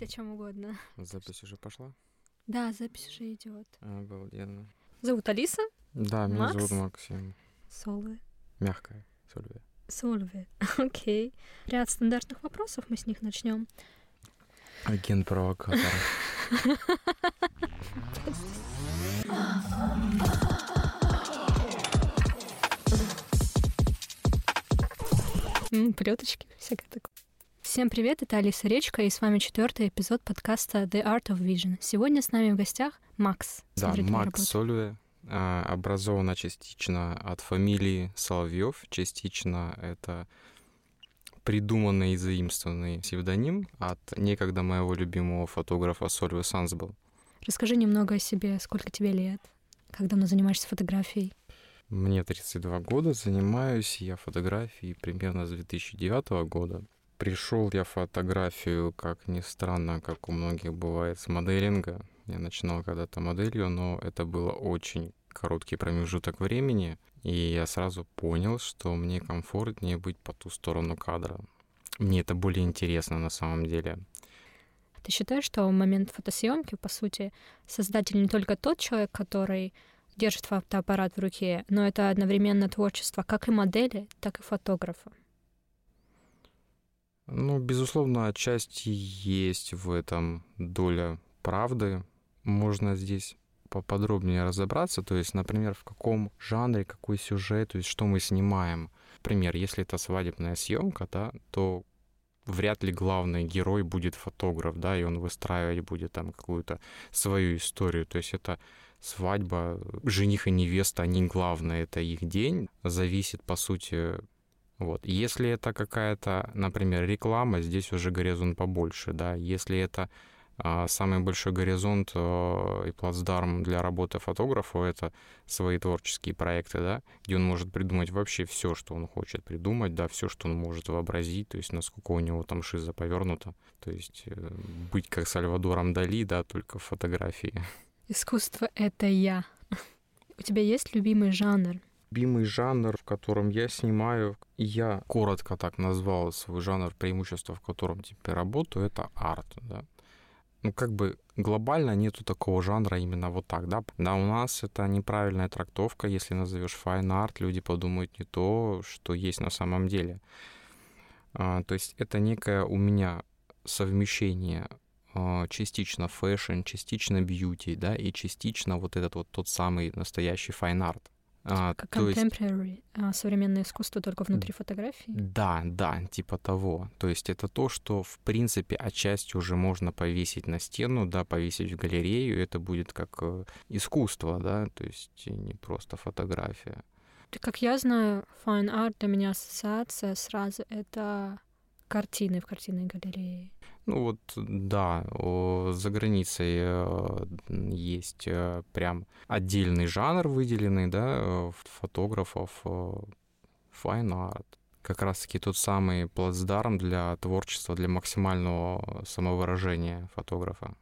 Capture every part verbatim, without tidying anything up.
о чем угодно. Запись уже пошла? Да, запись уже идет. Обалденно. Зовут Алиса. Да, меня Макс? зовут Максим. Солве. Мягкая, Сольве. Сольве, окей. Ряд стандартных вопросов, мы с них начнем. Агент-провокатор. Плеточки, всякое такое. Всем привет, это Алиса Речка, и с вами четвертый эпизод подкаста The Art of Vision. Сегодня с нами в гостях Макс. Да, Макс Сольве. Образована частично от фамилии Соловьев, частично это придуманный и заимствованный псевдоним от некогда моего любимого фотографа Сольве Сансбл. Расскажи немного о себе, сколько тебе лет, как давно занимаешься фотографией? Мне тридцать два года, занимаюсь я фотографией примерно с две тысячи девятого года. Пришел я в фотографию, как ни странно, как у многих бывает, с моделинга. Я начинал когда-то моделью, но это было очень короткий промежуток времени, и я сразу понял, что мне комфортнее быть по ту сторону кадра. Мне это более интересно на самом деле. Ты считаешь, что в момент фотосъемки, по сути, создатель не только тот человек, который держит фотоаппарат в руке, но это одновременно творчество как и модели, так и фотографа? Ну, безусловно, отчасти есть в этом доля правды. Можно здесь поподробнее разобраться, то есть, например, в каком жанре, какой сюжет, то есть, что мы снимаем. Например, если это свадебная съемка, да, то вряд ли главный герой будет фотограф, да, и он выстраивать будет там какую-то свою историю. То есть это свадьба, жених и невеста, они главное, это их день, зависит, по сути. Вот. Если это какая-то, например, реклама, здесь уже горизонт побольше, да. Если это а, самый большой горизонт а, и плацдарм для работы фотографа, это свои творческие проекты, да, где он может придумать вообще все, что он хочет придумать, да, все, что он может вообразить, то есть насколько у него там шиза повернута, то есть быть как Сальвадором Дали, да, только в фотографии. Искусство — это я. У тебя есть любимый жанр? Любимый жанр, в котором я снимаю, я коротко так назвал свой жанр, преимущество, в котором теперь работаю, это арт, да. Ну, как бы глобально нету такого жанра именно вот так, да. Да, у нас это неправильная трактовка, если назовешь fine art, люди подумают не то, что есть на самом деле. А, то есть это некое у меня совмещение а, частично фэшн, частично бьюти, да, и частично вот этот вот тот самый настоящий fine art. А, как contemporary, есть... современное искусство только внутри фотографии? Да, да, типа того. То есть это то, что, в принципе, отчасти уже можно повесить на стену, да, повесить в галерею, это будет как искусство, да, то есть не просто фотография. Как я знаю, fine art для меня ассоциация сразу — это картины в картинной галерее. Ну вот, да, за границей есть прям отдельный жанр выделенный, да, фотографов, fine art. Как раз-таки тот самый плацдарм для творчества, для максимального самовыражения фотографа.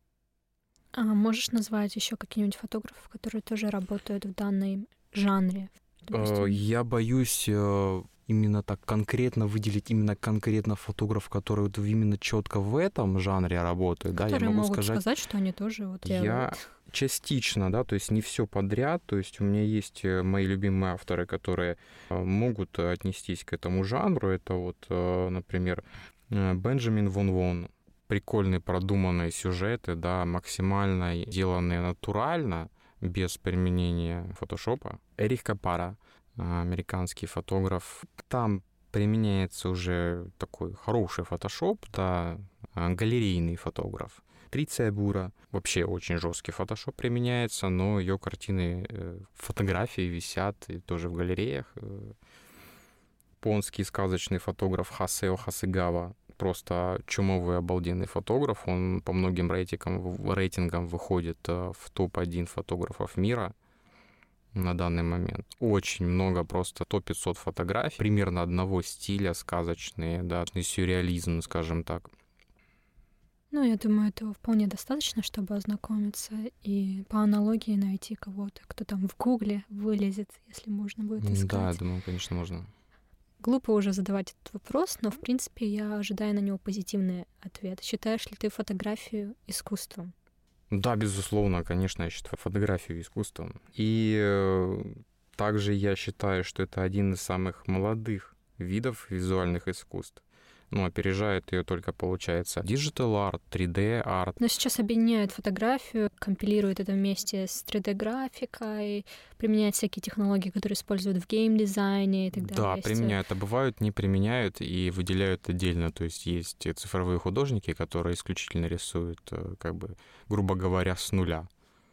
А можешь назвать еще какие-нибудь фотографов, которые тоже работают в данном жанре? Допустим? Я боюсь именно так конкретно выделить именно конкретно фотографов, которые вот именно четко в этом жанре работают. Которые да, я могу могут сказать, сказать, что они тоже вот делают. Я частично, да, то есть не все подряд, то есть у меня есть мои любимые авторы, которые могут отнестись к этому жанру. Это вот, например, Бенджамин Вон Вон. Прикольные продуманные сюжеты, да, максимально сделанные натурально, без применения фотошопа. Эрих Капара, американский фотограф. Там применяется уже такой хороший фотошоп, да, галерейный фотограф. Триция Бура. Вообще очень жесткий фотошоп применяется, но ее картины, фотографии висят и тоже в галереях. Японский сказочный фотограф Хасео Хасегава. Просто чумовый, обалденный фотограф. Он по многим рейтингам, рейтингам выходит в топ один фотографов мира на данный момент. Очень много, просто топ пятьсот фотографий, примерно одного стиля, сказочные, да, сюрреализм, скажем так. Ну, я думаю, этого вполне достаточно, чтобы ознакомиться и по аналогии найти кого-то, кто там в Гугле вылезет, если можно будет искать. Да, я думаю, конечно, можно. Глупо уже задавать этот вопрос, но, в принципе, я ожидаю на него позитивный ответ. Считаешь ли ты фотографию искусством? Да, безусловно, конечно, я считаю фотографию искусством. И э, также я считаю, что это один из самых молодых видов визуальных искусств. Ну, опережает ее только, получается, digital art, три дэ арт. Но сейчас объединяют фотографию, компилируют это вместе с три дэ-графикой, применяют всякие технологии, которые используют в гейм-дизайне и так далее. Да, применяют, а бывают не применяют и выделяют отдельно. То есть есть цифровые художники, которые исключительно рисуют, как бы, грубо говоря, с нуля.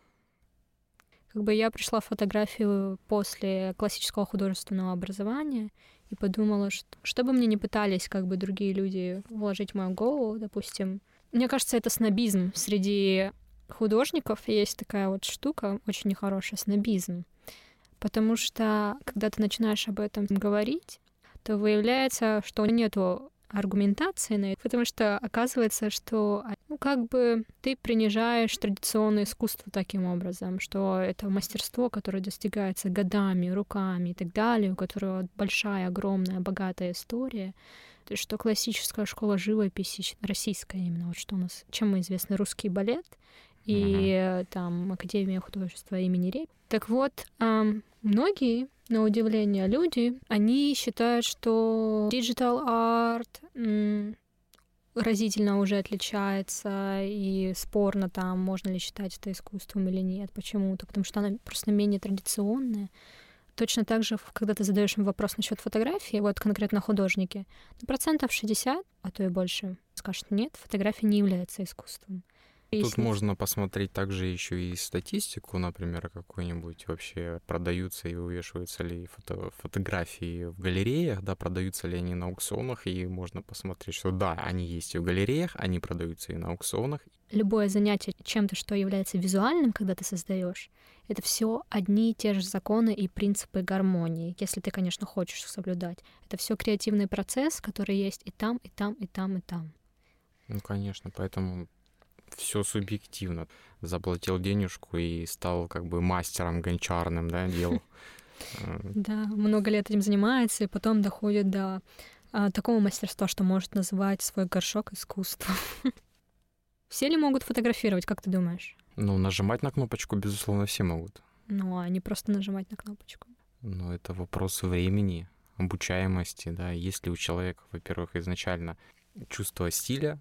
Как бы я пришла в фотографию после классического художественного образования и подумала, что, что бы мне ни пытались как бы другие люди вложить в мою голову, допустим. Мне кажется, это снобизм. Среди художников есть такая вот штука, очень нехорошая, снобизм. Потому что, когда ты начинаешь об этом говорить, то выявляется, что нету аргументации на это, потому что оказывается, что ну, как бы ты принижаешь традиционное искусство таким образом, что это мастерство, которое достигается годами, руками и так далее, у которого большая, огромная, богатая история, то есть что классическая школа живописи, российская именно, вот что у нас, чем мы известны, русский балет и mm-hmm. там Академия художества имени Репина. Так вот, эм, многие, на удивление, люди, они считают, что digital art м, разительно уже отличается, и спорно там, можно ли считать это искусством или нет, почему-то, потому что она просто менее традиционная. Точно так же, когда ты задаешь им вопрос насчет фотографии, вот конкретно художники, ну, процентов шестьдесят, а то и больше, скажут, нет, фотография не является искусством. Тут Если... можно посмотреть также еще и статистику, например, какую-нибудь вообще продаются и вывешиваются ли фото фотографии в галереях, да, продаются ли они на аукционах, и можно посмотреть, что да, они есть и в галереях, они продаются и на аукционах. Любое занятие чем-то, что является визуальным, когда ты создаешь, это все одни и те же законы и принципы гармонии, если ты, конечно, хочешь их соблюдать. Это все креативный процесс, который есть и там, и там, и там, и там. Ну, конечно, поэтому все субъективно. Заплатил денежку и стал как бы мастером гончарным, да, дел. Да, много лет этим занимается, и потом доходит до а, такого мастерства, что может называть свой горшок искусством. Все ли могут фотографировать, как ты думаешь? Ну, нажимать на кнопочку, безусловно, все могут. Ну, а не просто нажимать на кнопочку. Ну, это вопрос времени, обучаемости, да. Есть ли у человека, во-первых, изначально чувство стиля,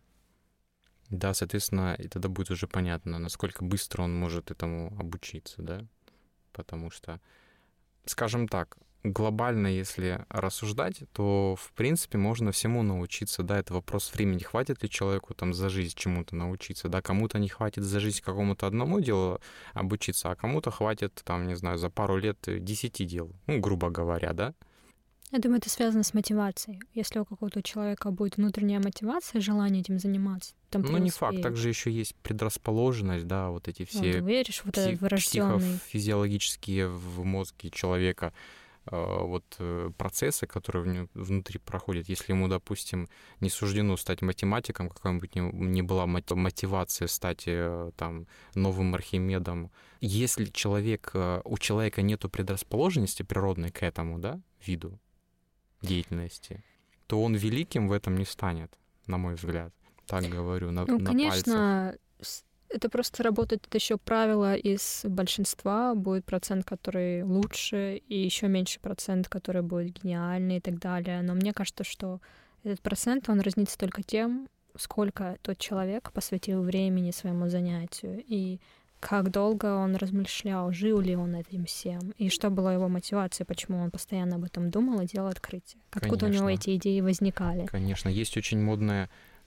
да, соответственно, и тогда будет уже понятно, насколько быстро он может этому обучиться, да, потому что, скажем так, глобально, если рассуждать, то, в принципе, можно всему научиться, да, это вопрос времени, хватит ли человеку там за жизнь чему-то научиться, да, кому-то не хватит за жизнь какому-то одному делу обучиться, а кому-то хватит, там, не знаю, за пару лет десяти дел, ну, грубо говоря, да. Я думаю, это связано с мотивацией. Если у какого-то человека будет внутренняя мотивация, желание этим заниматься, там ну, не факт, также еще есть предрасположенность, да, вот эти все ну, ты веришь, вот псих- этот врожденный... психофизиологические в мозге человека вот процессы, которые внутри проходят. Если ему, допустим, не суждено стать математиком, какая-нибудь не была мотивация стать там новым Архимедом, если человек, у человека нету предрасположенности природной к этому, да, виду деятельности, то он великим в этом не станет, на мой взгляд. Так говорю, на, ну, на конечно, пальцах. Это просто работает еще правило из большинства. Будет процент, который лучше, и еще меньше процент, который будет гениальный и так далее. Но мне кажется, что этот процент, он разнится только тем, сколько тот человек посвятил времени своему занятию, и как долго он размышлял, жил ли он этим всем, и что была его мотивация, почему он постоянно об этом думал и делал открытия. Откуда Конечно. У него эти идеи возникали. Конечно, есть очень модное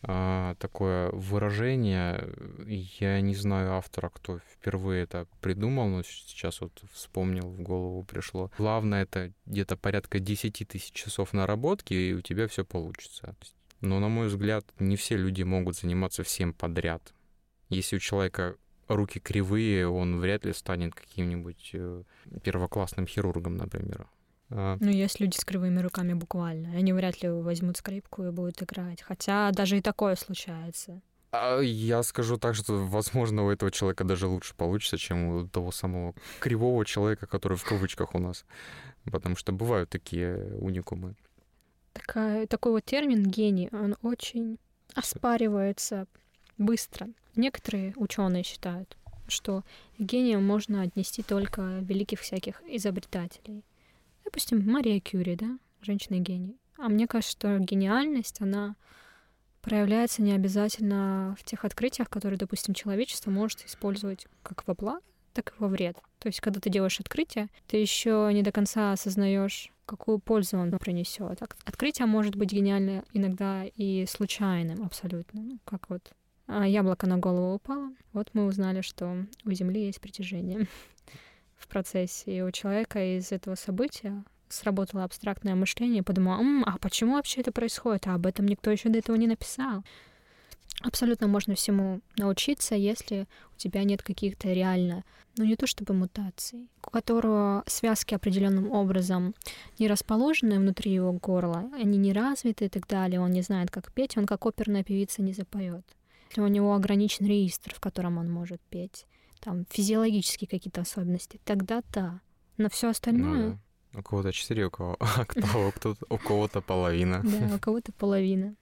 такое выражение, я не знаю автора, кто впервые это придумал, но сейчас вот вспомнил, в голову пришло. Главное, это где-то порядка десять тысяч часов наработки, и у тебя все получится. Но, на мой взгляд, не все люди могут заниматься всем подряд. Если у человека руки кривые, он вряд ли станет каким-нибудь первоклассным хирургом, например. Ну, есть люди с кривыми руками буквально. Они вряд ли возьмут скрипку и будут играть. Хотя даже и такое случается. Я скажу так, что, возможно, у этого человека даже лучше получится, чем у того самого кривого человека, который в кавычках у нас. Потому что бывают такие уникумы. Такая, такой вот термин «гений», он очень оспаривается быстро. Некоторые ученые считают, что к гениям можно отнести только великих всяких изобретателей. Допустим, Мария Кюри, да, женщина-гений. А мне кажется, что гениальность, она проявляется не обязательно в тех открытиях, которые, допустим, человечество может использовать как во благо, так и во вред. То есть, когда ты делаешь открытие, ты еще не до конца осознаешь, какую пользу он принесет. Открытие может быть гениальным иногда и случайным абсолютно. Ну, как вот яблоко на голову упало, вот мы узнали, что у Земли есть притяжение в процессе. И у человека из этого события сработало абстрактное мышление, и подумал, М, а почему вообще это происходит? А об этом никто еще до этого не написал. Абсолютно можно всему научиться, если у тебя нет каких-то реально, ну не то чтобы мутаций, у которого связки определенным образом не расположены внутри его горла, они не развиты и так далее, он не знает, как петь, он как оперная певица не запоет. Если у него ограничен реестр, в котором он может петь, там физиологические какие-то особенности, тогда да. Но все остальное... Ну, да. У кого-то четыре, у кого у кого-то половина. Да, у кого-то половина.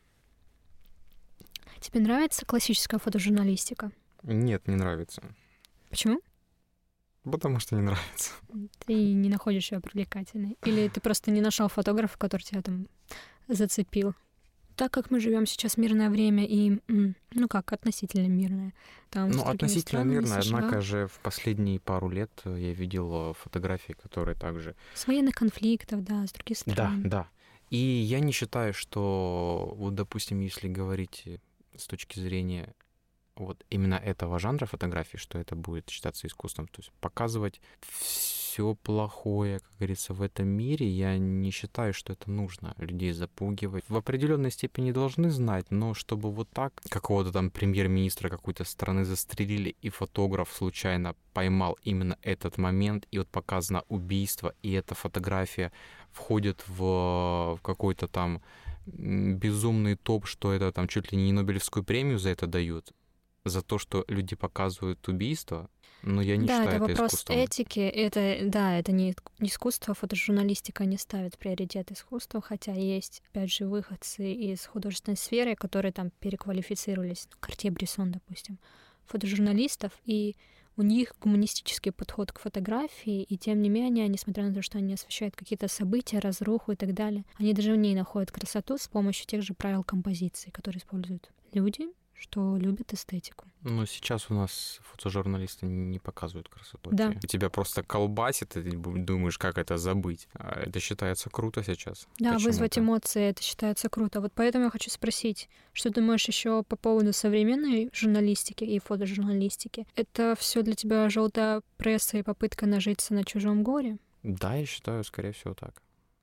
Тебе нравится классическая фотожурналистика? Нет, не нравится. Почему? Потому что не нравится. Ты не находишь ее привлекательной? Или ты просто не нашел фотографа, который тебя там зацепил? Так как мы живем сейчас в мирное время и, ну как, относительно мирное. Там ну, относительно мирное, однако же в последние пару лет я видел фотографии, которые также... С военных конфликтов, да, с других стран. Да, да. И я не считаю, что, вот, допустим, если говорить с точки зрения вот именно этого жанра фотографии, что это будет считаться искусством, то есть показывать все плохое, как говорится, в этом мире, я не считаю, что это нужно людей запугивать. В определенной степени должны знать, но чтобы вот так какого-то там премьер-министра какой-то страны застрелили, и фотограф случайно поймал именно этот момент, и вот показано убийство, и эта фотография входит в, в какой-то там безумный топ, что это там чуть ли не Нобелевскую премию за это дают, за то, что люди показывают убийство, но я не да, считаю это это вопрос искусством. этики, это, да, это не искусство, фотожурналистика не ставит приоритет искусства, хотя есть, опять же, выходцы из художественной сферы, которые там переквалифицировались, ну, Картье-Бresson, допустим, фотожурналистов, и у них гуманистический подход к фотографии, и тем не менее, несмотря на то, что они освещают какие-то события, разруху и так далее, они даже в ней находят красоту с помощью тех же правил композиции, которые используют люди, что любят эстетику. Но сейчас у нас фотожурналисты не показывают красоту. Да. И тебя просто колбасит, и ты думаешь, как это забыть. А это считается круто сейчас. Да, Почему-то. вызвать эмоции, это считается круто. Вот поэтому я хочу спросить, что ты думаешь еще по поводу современной журналистики и фотожурналистики? Это все для тебя желтая пресса и попытка нажиться на чужом горе? Да, я считаю, скорее всего, так.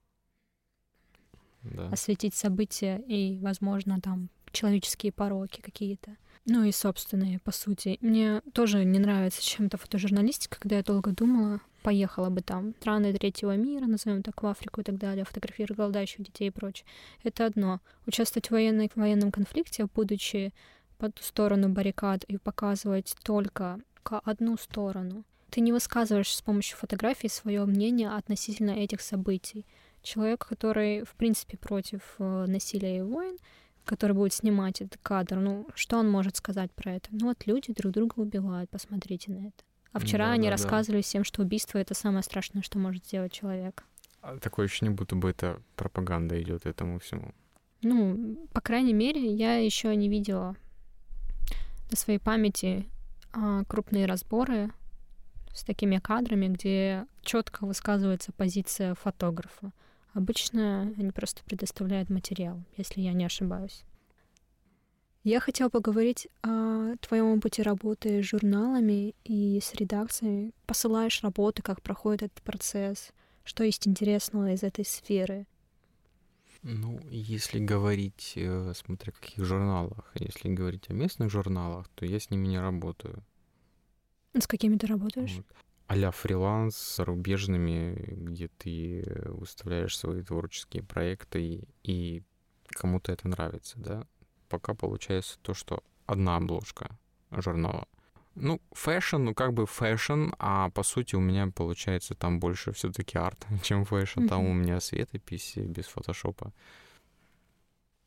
Да. Осветить события и, возможно, там человеческие пороки какие-то. Ну и собственные, по сути. Мне тоже не нравится чем-то фотожурналистика, когда я долго думала, поехала бы там в страны третьего мира, назовем так, в Африку и так далее, фотографировать голодающих детей и прочее. Это одно. Участвовать в, военной, в военном конфликте, будучи по ту сторону баррикад, и показывать только одну сторону. Ты не высказываешь с помощью фотографии свое мнение относительно этих событий. Человек, который, в принципе, против насилия и войн, который будет снимать этот кадр, ну, что он может сказать про это? Ну, вот люди друг друга убивают, посмотрите на это. А вчера да, они да, рассказывали всем, что убийство — это самое страшное, что может сделать человек. Такое ощущение, будто бы это пропаганда идет этому всему. Ну, по крайней мере, я еще не видела на своей памяти а, крупные разборы с такими кадрами, где четко высказывается позиция фотографа. Обычно они просто предоставляют материал, если я не ошибаюсь. Я хотела поговорить о твоем опыте работы с журналами и с редакциями. Посылаешь работы, как проходит этот процесс, что есть интересного из этой сферы? Ну, если говорить, смотря в каких журналах, если говорить о местных журналах, то я с ними не работаю. С какими ты работаешь? Вот. А-ля фриланс с зарубежными, где ты выставляешь свои творческие проекты, и кому-то это нравится, да? Пока получается то, что одна обложка журнала. Ну, фэшн, ну как бы фэшн, а по сути у меня получается там больше все-таки арт, чем фэшн. Mm-hmm. Там у меня светопись без фотошопа.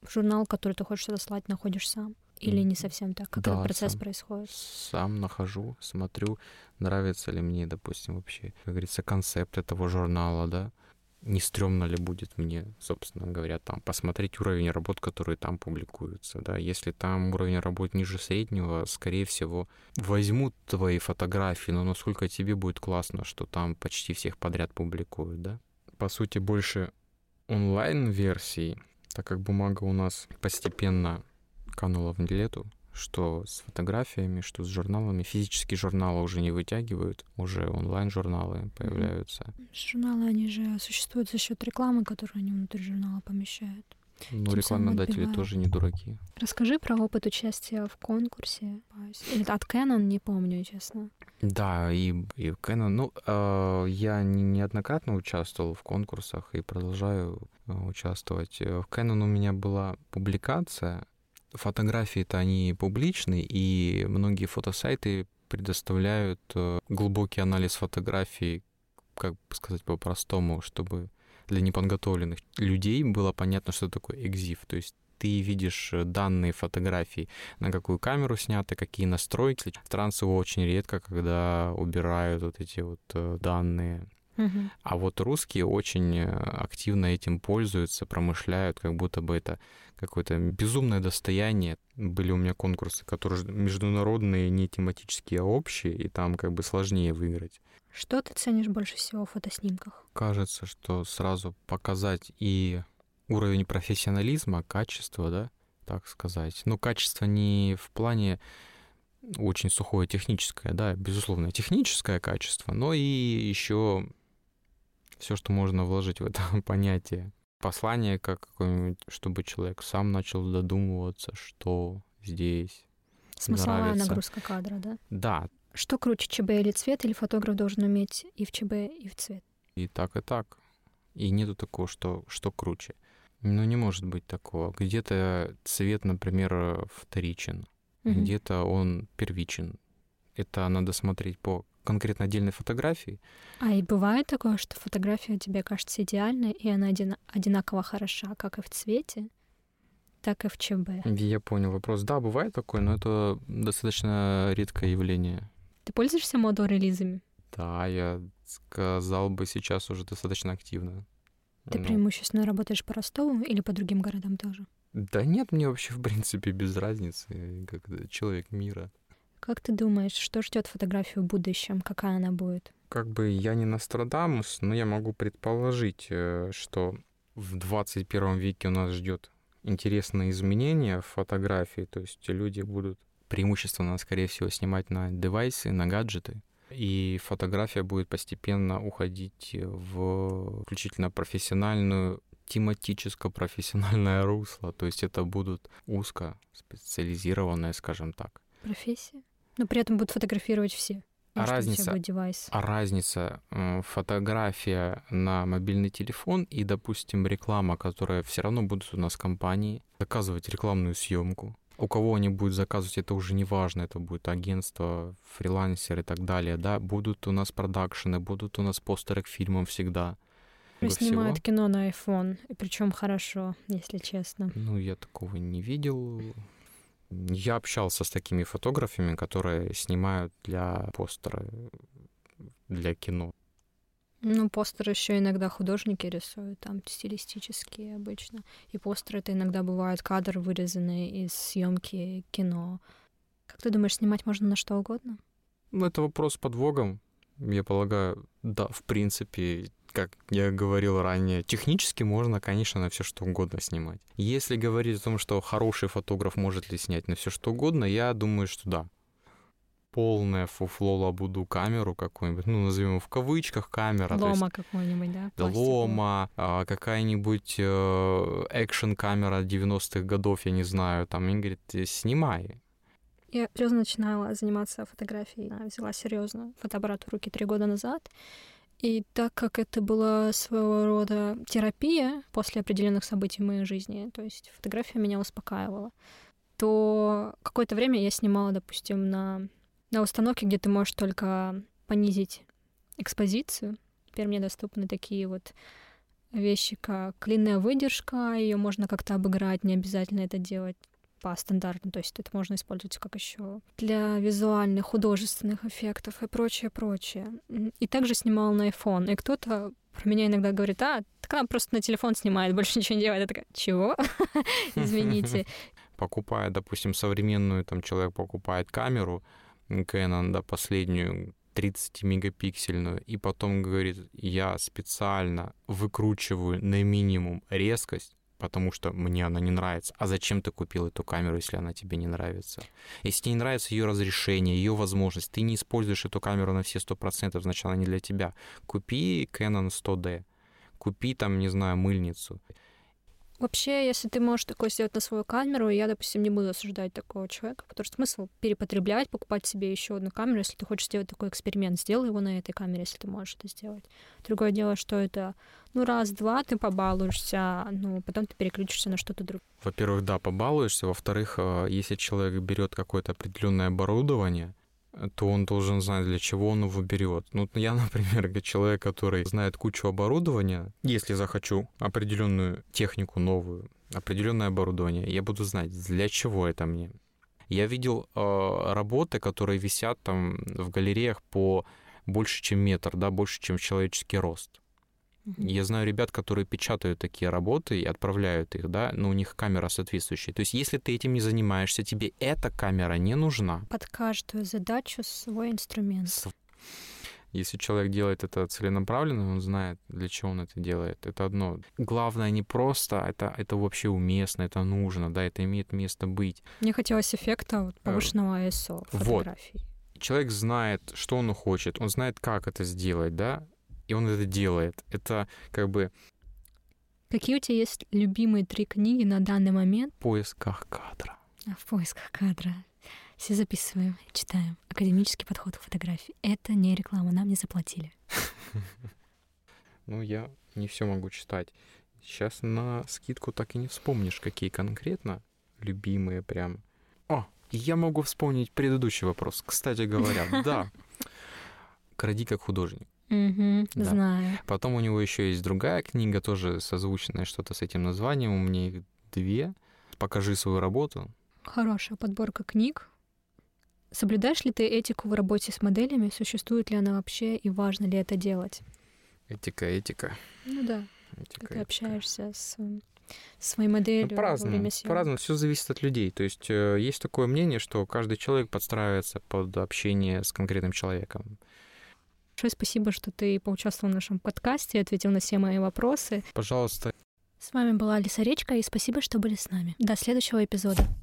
журнал, который ты хочешь отослать, находишь сам? Или не совсем так? Как Да, этот процесс сам. происходит? Сам нахожу, смотрю, нравится ли мне, допустим, вообще, как говорится, концепт этого журнала, да, не стрёмно ли будет мне, собственно говоря, там посмотреть уровень работ, которые там публикуются, да. Если там уровень работ ниже среднего, скорее всего, возьмут твои фотографии, но насколько тебе будет классно, что там почти всех подряд публикуют, да. По сути, больше онлайн-версий, так как бумага у нас постепенно канула в лету, что с фотографиями, что с журналами. Физические журналы уже не вытягивают, уже онлайн-журналы появляются. Журналы, они же существуют за счет рекламы, которую они внутри журнала помещают. Но Тем самым рекламодатели отбивают. тоже не дураки. Расскажи про опыт участия в конкурсе. Или от Canon, не помню, честно. Да, и, и Canon. Ну, э, я не- неоднократно участвовал в конкурсах и продолжаю э, участвовать. В Canon у меня была публикация. Фотографии-то они публичные, и многие фотосайты предоставляют э, глубокий анализ фотографий, как бы сказать по-простому, чтобы для неподготовленных людей было понятно, что такое экзиф. То есть ты видишь данные фотографий, на какую камеру сняты, какие настройки. Трансы очень редко, когда убирают вот эти вот э, данные. Угу. А вот русские очень активно этим пользуются, промышляют, как будто бы это какое-то безумное достояние. Были у меня конкурсы, которые международные, не тематические, а общие, и там как бы сложнее выиграть. Что ты ценишь больше всего в фотоснимках? Кажется, что сразу показать и уровень профессионализма, качества, да, так сказать. Ну, качество не в плане очень сухое техническое, да, безусловно, техническое качество, но и еще все, что можно вложить в это понятие. Послание как какое-нибудь, чтобы человек сам начал додумываться, что здесь Смысловая нравится. нагрузка кадра, да? Да, Что круче, ЧБ или цвет, или фотограф должен уметь и в ЧБ, и в цвет? и так, и так. И нету такого, что, что круче. Ну, не может быть такого. Где-то цвет, например, вторичен, Мгм. где-то он первичен. Это надо смотреть по конкретно отдельной фотографии. А и бывает такое, что фотография тебе кажется идеальной, и она одина- одинаково хороша, как и в цвете, так и в ЧБ. Я понял вопрос. Да, бывает такое, но это достаточно редкое явление. Ты пользуешься модо-релизами? Да, я сказал бы сейчас уже достаточно активно. Ты Ну, преимущественно работаешь по Ростову или по другим городам тоже? да нет, мне вообще, в принципе, без разницы, я как человек мира. Как ты думаешь, что ждет фотографию в будущем? Какая она будет? Как бы я не Нострадамус, но я могу предположить, э, что в двадцать первом веке у нас ждет интересные изменения в фотографии, то есть люди будут преимущественно, скорее всего, снимать на девайсы, на гаджеты, и фотография будет постепенно уходить в исключительно профессиональную, тематическо-профессиональное русло, то есть это будут узко специализированные, скажем так. Профессия? Но при этом будут фотографировать все. А Может, у разница- тебя будет девайс. А разница э, фотография на мобильный телефон и, допустим, реклама, которая все равно будут у нас компании заказывать рекламную съемку. У кого они будут заказывать, это уже не важно, это будет агентство, фрилансер и так далее, да. Будут у нас продакшены, будут у нас постеры к фильмам всегда. Много Снимают всего. кино на iPhone, и причем хорошо, если честно. Ну, я такого не видел. Я общался с такими фотографами, которые снимают для постера, для кино. Ну, постеры еще иногда художники рисуют, там стилистические обычно. И постеры это иногда бывают кадры, вырезанные из съемки кино. Как ты думаешь, снимать можно на что угодно? Ну, это вопрос с подвогом. Я полагаю, да, в принципе, как я говорил ранее, технически можно, конечно, на все что угодно снимать. Если говорить о том, что хороший фотограф может ли снять на все что угодно, я думаю, что да. Полное фуфло лабуду камеру какую-нибудь, ну, назовем в кавычках камера. то есть Лома какой-нибудь, да? Да, пластикового. лома, а, какая-нибудь э, экшн-камера девяностых годов, я не знаю, там, и говорит, снимай. Я серьезно начинала заниматься фотографией. Я взяла серьезно фотоаппарат в руки три года назад. И так как это была своего рода терапия после определенных событий в моей жизни, то есть фотография меня успокаивала, то какое-то время я снимала, допустим, на, на установке, где ты можешь только понизить экспозицию. Теперь мне доступны такие вот вещи, как длинная выдержка, ее можно как-то обыграть, не обязательно это делать по стандарту, то есть это можно использовать как еще для визуальных, художественных эффектов и прочее, прочее. И также снимал на iPhone, и кто-то про меня иногда говорит: а, так она просто на телефон снимает, больше ничего не делает. Я такая: чего? Извините. Покупая, допустим, современную, там человек покупает камеру Canon, да, последнюю, тридцатимегапиксельную, и потом говорит: я специально выкручиваю на минимум резкость, потому что мне она не нравится. А зачем ты купил эту камеру, если она тебе не нравится? Если тебе не нравится ее разрешение, ее возможность, ты не используешь эту камеру на все сто процентов, значит, она не для тебя. Купи Canon сто ди, купи там, не знаю, мыльницу. Вообще, если ты можешь такое сделать на свою камеру, я, допустим, не буду осуждать такого человека, потому что смысл перепотреблять, покупать себе еще одну камеру, если ты хочешь сделать такой эксперимент, сделай его на этой камере, если ты можешь это сделать. Другое дело, что это, ну, раз-два ты побалуешься, ну, потом ты переключишься на что-то другое. Во-первых, да, побалуешься. Во-вторых, если человек берет какое-то определенное оборудование, то он должен знать, для чего он его берет. Ну, я, например, как человек, который знает кучу оборудования, если захочу определенную технику новую, определенное оборудование, я буду знать, для чего это мне. Я видел э, работы, которые висят там в галереях по больше, чем метр, да, больше, чем человеческий рост. Я знаю ребят, которые печатают такие работы и отправляют их, да, но у них камера соответствующая. То есть если ты этим не занимаешься, тебе эта камера не нужна. Под каждую задачу свой инструмент. Если человек делает это целенаправленно, он знает, для чего он это делает. Это одно. Главное не просто, это, это вообще уместно, это нужно, да, это имеет место быть. Мне хотелось эффекта вот, повышенного ай эс о фотографий. Вот. Человек знает, что он хочет, он знает, как это сделать, да, и он это делает. Это как бы... Какие у тебя есть любимые три книги на данный момент? В поисках кадра. А, в поисках кадра. Все записываем, читаем. Академический подход к фотографии. Это не реклама, нам не заплатили. Ну, я не все могу читать. Сейчас на скидку так и не вспомнишь, какие конкретно любимые прям. О, я могу вспомнить предыдущий вопрос. Кстати говоря, да. «Кради как художник». Угу, да. Знаю. Потом у него еще есть другая книга, тоже созвучная, что-то с этим названием. У меня их две. «Покажи свою работу». Хорошая подборка книг. Соблюдаешь ли ты этику в работе с моделями? Существует ли она вообще и важно ли это делать? Этика, этика. Ну да. Этика, ты этика. общаешься с своей моделью ну, во время съемок. По-разному. Все зависит от людей. То есть э, есть такое мнение, что каждый человек подстраивается под общение с конкретным человеком. Большое спасибо, что ты поучаствовал в нашем подкасте, ответил на все мои вопросы. Пожалуйста. С вами была Алиса Речка, и спасибо, что были с нами. До следующего эпизода.